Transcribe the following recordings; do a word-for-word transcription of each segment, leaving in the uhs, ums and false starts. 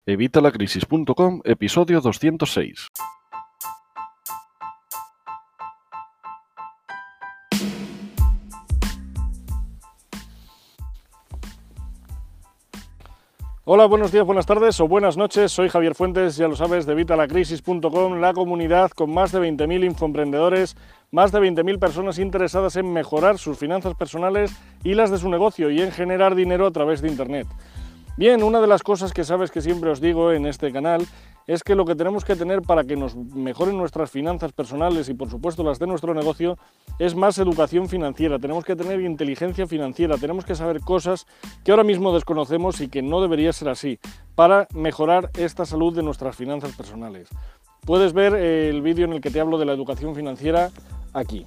Evitalacrisis punto com, episodio doscientos seis. Hola, buenos días, buenas tardes o buenas noches, soy Javier Fuentes, ya lo sabes, de Evitalacrisis punto com, la comunidad con más de veinte mil infoemprendedores, más de veinte mil personas interesadas en mejorar sus finanzas personales y las de su negocio y en generar dinero a través de Internet. Bien, una de las cosas que sabes que siempre os digo en este canal es que lo que tenemos que tener para que nos mejoren nuestras finanzas personales y por supuesto las de nuestro negocio es más educación financiera, tenemos que tener inteligencia financiera, tenemos que saber cosas que ahora mismo desconocemos y que no debería ser así para mejorar esta salud de nuestras finanzas personales. Puedes ver el vídeo en el que te hablo de la educación financiera aquí.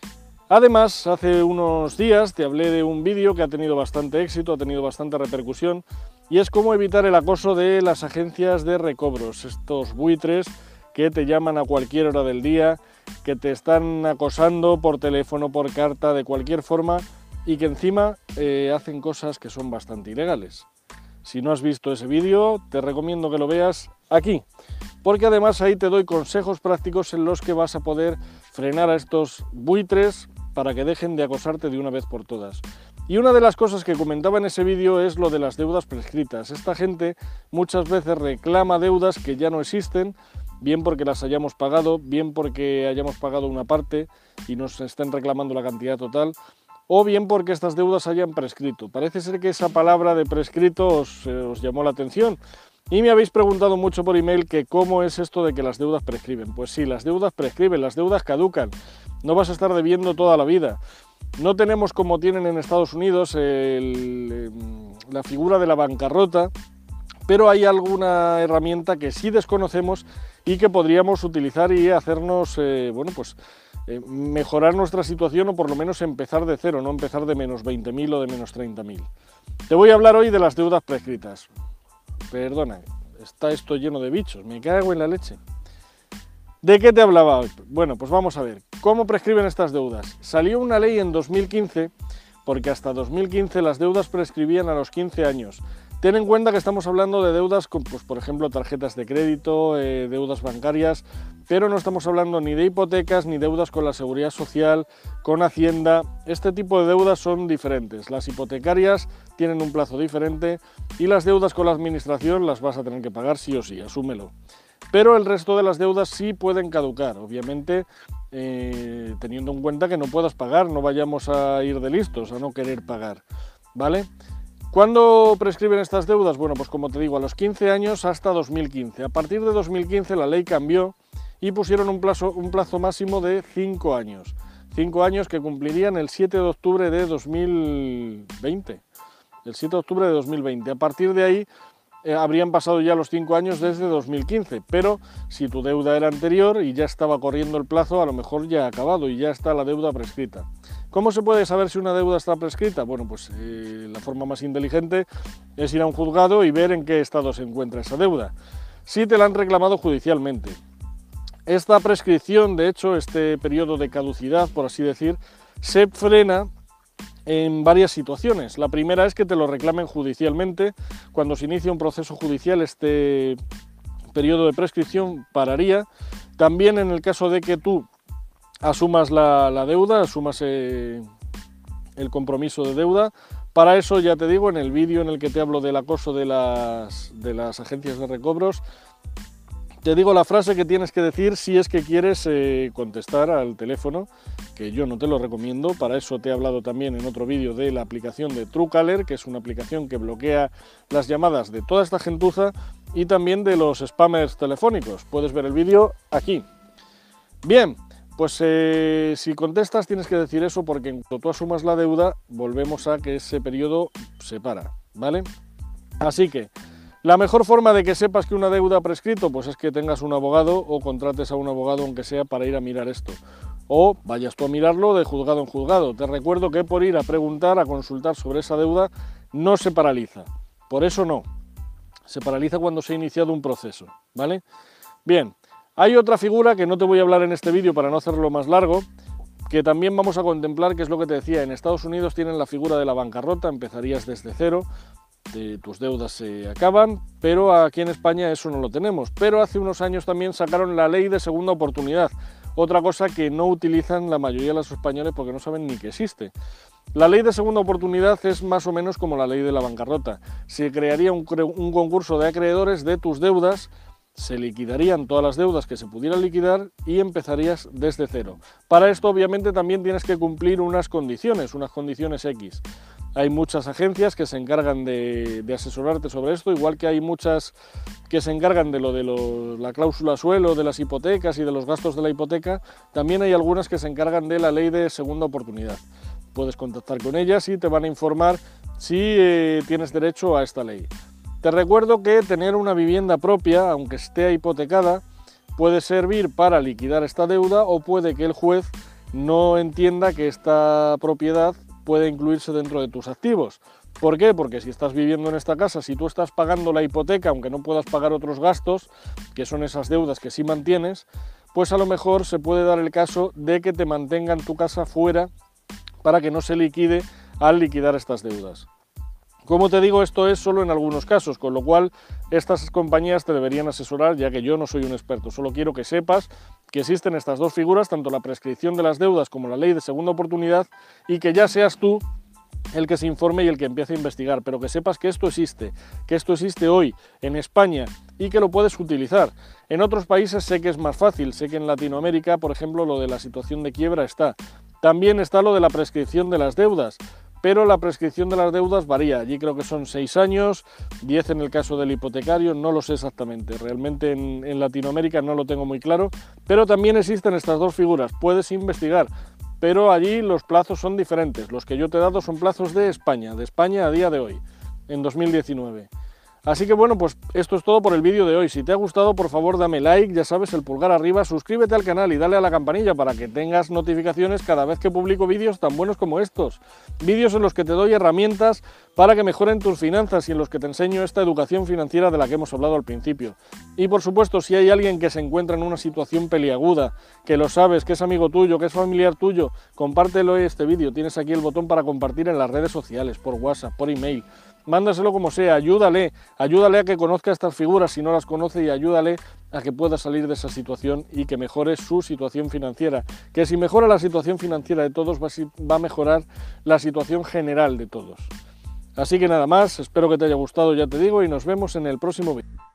Además, hace unos días te hablé de un vídeo que ha tenido bastante éxito, ha tenido bastante repercusión, y es cómo evitar el acoso de las agencias de recobros, estos buitres que te llaman a cualquier hora del día, que te están acosando por teléfono, por carta, de cualquier forma, y que encima eh, hacen cosas que son bastante ilegales. Si no has visto ese vídeo, te recomiendo que lo veas aquí, porque además ahí te doy consejos prácticos en los que vas a poder frenar a estos buitres para que dejen de acosarte de una vez por todas. Y una de las cosas que comentaba en ese vídeo es lo de las deudas prescritas. Esta gente muchas veces reclama deudas que ya no existen, bien porque las hayamos pagado, bien porque hayamos pagado una parte y nos estén reclamando la cantidad total, o bien porque estas deudas hayan prescrito. Parece ser que esa palabra de prescrito os, eh, os llamó la atención y me habéis preguntado mucho por email que cómo es esto de que las deudas prescriben. Pues sí, las deudas prescriben, las deudas caducan, no vas a estar debiendo toda la vida. No tenemos, como tienen en Estados Unidos, el, la figura de la bancarrota, pero hay alguna herramienta que sí desconocemos y que podríamos utilizar y hacernos, eh, bueno, pues eh, mejorar nuestra situación o por lo menos empezar de cero, no empezar de menos veinte mil o de menos treinta mil. Te voy a hablar hoy de las deudas prescritas. Perdona, está esto lleno de bichos, me cago en la leche. ¿De qué te hablaba hoy? Bueno, pues vamos a ver. ¿Cómo prescriben estas deudas? Salió una ley en dos mil quince, porque hasta dos mil quince las deudas prescribían a los quince años. Ten en cuenta que estamos hablando de deudas con, pues, por ejemplo, tarjetas de crédito, eh, deudas bancarias, pero no estamos hablando ni de hipotecas ni deudas con la seguridad social, con Hacienda. Este tipo de deudas son diferentes. Las hipotecarias tienen un plazo diferente y las deudas con la administración las vas a tener que pagar sí o sí, asúmelo. Pero el resto de las deudas sí pueden caducar, obviamente eh, teniendo en cuenta que no puedas pagar, no vayamos a ir de listos, a no querer pagar, ¿vale? ¿Cuándo prescriben estas deudas? Bueno, pues como te digo, a los quince años hasta dos mil quince. A partir de dos mil quince la ley cambió y pusieron un plazo, un plazo máximo de cinco años. cinco años que cumplirían el siete de octubre de dos mil veinte. El siete de octubre de dos mil veinte. A partir de ahí Eh, habrían pasado ya los cinco años desde dos mil quince, pero si tu deuda era anterior y ya estaba corriendo el plazo, a lo mejor ya ha acabado y ya está la deuda prescrita. ¿Cómo se puede saber si una deuda está prescrita? Bueno, pues eh, la forma más inteligente es ir a un juzgado y ver en qué estado se encuentra esa deuda, si te la han reclamado judicialmente. Esta prescripción, de hecho, este periodo de caducidad, por así decir, se frena en varias situaciones. La primera es que te lo reclamen judicialmente. Cuando se inicia un proceso judicial, este periodo de prescripción pararía. También en el caso de que tú asumas la, la deuda, asumas eh, el compromiso de deuda. Para eso, ya te digo, en el vídeo en el que te hablo del acoso de las, de las agencias de recobros, te digo la frase que tienes que decir si es que quieres eh, contestar al teléfono, que yo no te lo recomiendo. Para eso te he hablado también en otro vídeo de la aplicación de Truecaller, que es una aplicación que bloquea las llamadas de toda esta gentuza y también de los spammers telefónicos. Puedes ver el vídeo aquí. Bien, pues eh, si contestas tienes que decir eso, porque en cuanto tú asumas la deuda, volvemos a que ese periodo se para, ¿vale? Así que la mejor forma de que sepas que una deuda ha prescrito, pues es que tengas un abogado o contrates a un abogado, aunque sea para ir a mirar esto. O vayas tú a mirarlo de juzgado en juzgado. Te recuerdo que por ir a preguntar, a consultar sobre esa deuda, no se paraliza. Por eso no. Se paraliza cuando se ha iniciado un proceso, ¿vale? Bien, hay otra figura que no te voy a hablar en este vídeo para no hacerlo más largo, que también vamos a contemplar, que es lo que te decía. En Estados Unidos tienen la figura de la bancarrota, empezarías desde cero. de tus deudas se acaban, pero aquí en España eso no lo tenemos. Pero hace unos años también sacaron la ley de segunda oportunidad, otra cosa que no utilizan la mayoría de los españoles porque no saben ni que existe. La ley de segunda oportunidad es más o menos como la ley de la bancarrota. Se crearía un, un concurso de acreedores de tus deudas, se liquidarían todas las deudas que se pudieran liquidar y empezarías desde cero. Para esto obviamente también tienes que cumplir unas condiciones, unas condiciones X. Hay muchas agencias que se encargan de, de asesorarte sobre esto, igual que hay muchas que se encargan de lo de lo, la cláusula suelo, de las hipotecas y de los gastos de la hipoteca. También hay algunas que se encargan de la ley de segunda oportunidad. Puedes contactar con ellas y te van a informar si eh, tienes derecho a esta ley. Te recuerdo que tener una vivienda propia, aunque esté hipotecada, puede servir para liquidar esta deuda o puede que el juez no entienda que esta propiedad puede incluirse dentro de tus activos. ¿Por qué? Porque si estás viviendo en esta casa, si tú estás pagando la hipoteca, aunque no puedas pagar otros gastos, que son esas deudas que sí mantienes, pues a lo mejor se puede dar el caso de que te mantengan tu casa fuera para que no se liquide al liquidar estas deudas. Como te digo, esto es solo en algunos casos, con lo cual estas compañías te deberían asesorar, ya que yo no soy un experto. Solo quiero que sepas que existen estas dos figuras, tanto la prescripción de las deudas como la ley de segunda oportunidad, y que ya seas tú el que se informe y el que empiece a investigar, pero que sepas que esto existe, que esto existe hoy en España y que lo puedes utilizar. En otros países sé que es más fácil, sé que en Latinoamérica, por ejemplo, lo de la situación de quiebra está. También está lo de la prescripción de las deudas, pero la prescripción de las deudas varía. Allí creo que son seis años, diez en el caso del hipotecario, no lo sé exactamente. Realmente en, en Latinoamérica no lo tengo muy claro, pero también existen estas dos figuras. Puedes investigar, pero allí los plazos son diferentes. Los que yo te he dado son plazos de España, de España a día de hoy, en dos mil diecinueve. Así que bueno, pues esto es todo por el vídeo de hoy. Si te ha gustado, por favor dame like, ya sabes, el pulgar arriba, suscríbete al canal y dale a la campanilla para que tengas notificaciones cada vez que publico vídeos tan buenos como estos. Vídeos en los que te doy herramientas para que mejoren tus finanzas y en los que te enseño esta educación financiera de la que hemos hablado al principio. Y por supuesto, si hay alguien que se encuentra en una situación peliaguda, que lo sabes, que es amigo tuyo, que es familiar tuyo, compártelo este vídeo. Tienes aquí el botón para compartir en las redes sociales, por WhatsApp, por email. Mándaselo como sea, ayúdale, ayúdale a que conozca estas figuras si no las conoce y ayúdale a que pueda salir de esa situación y que mejore su situación financiera. Que si mejora la situación financiera de todos, va a mejorar la situación general de todos. Así que nada más, espero que te haya gustado, ya te digo, y nos vemos en el próximo vídeo.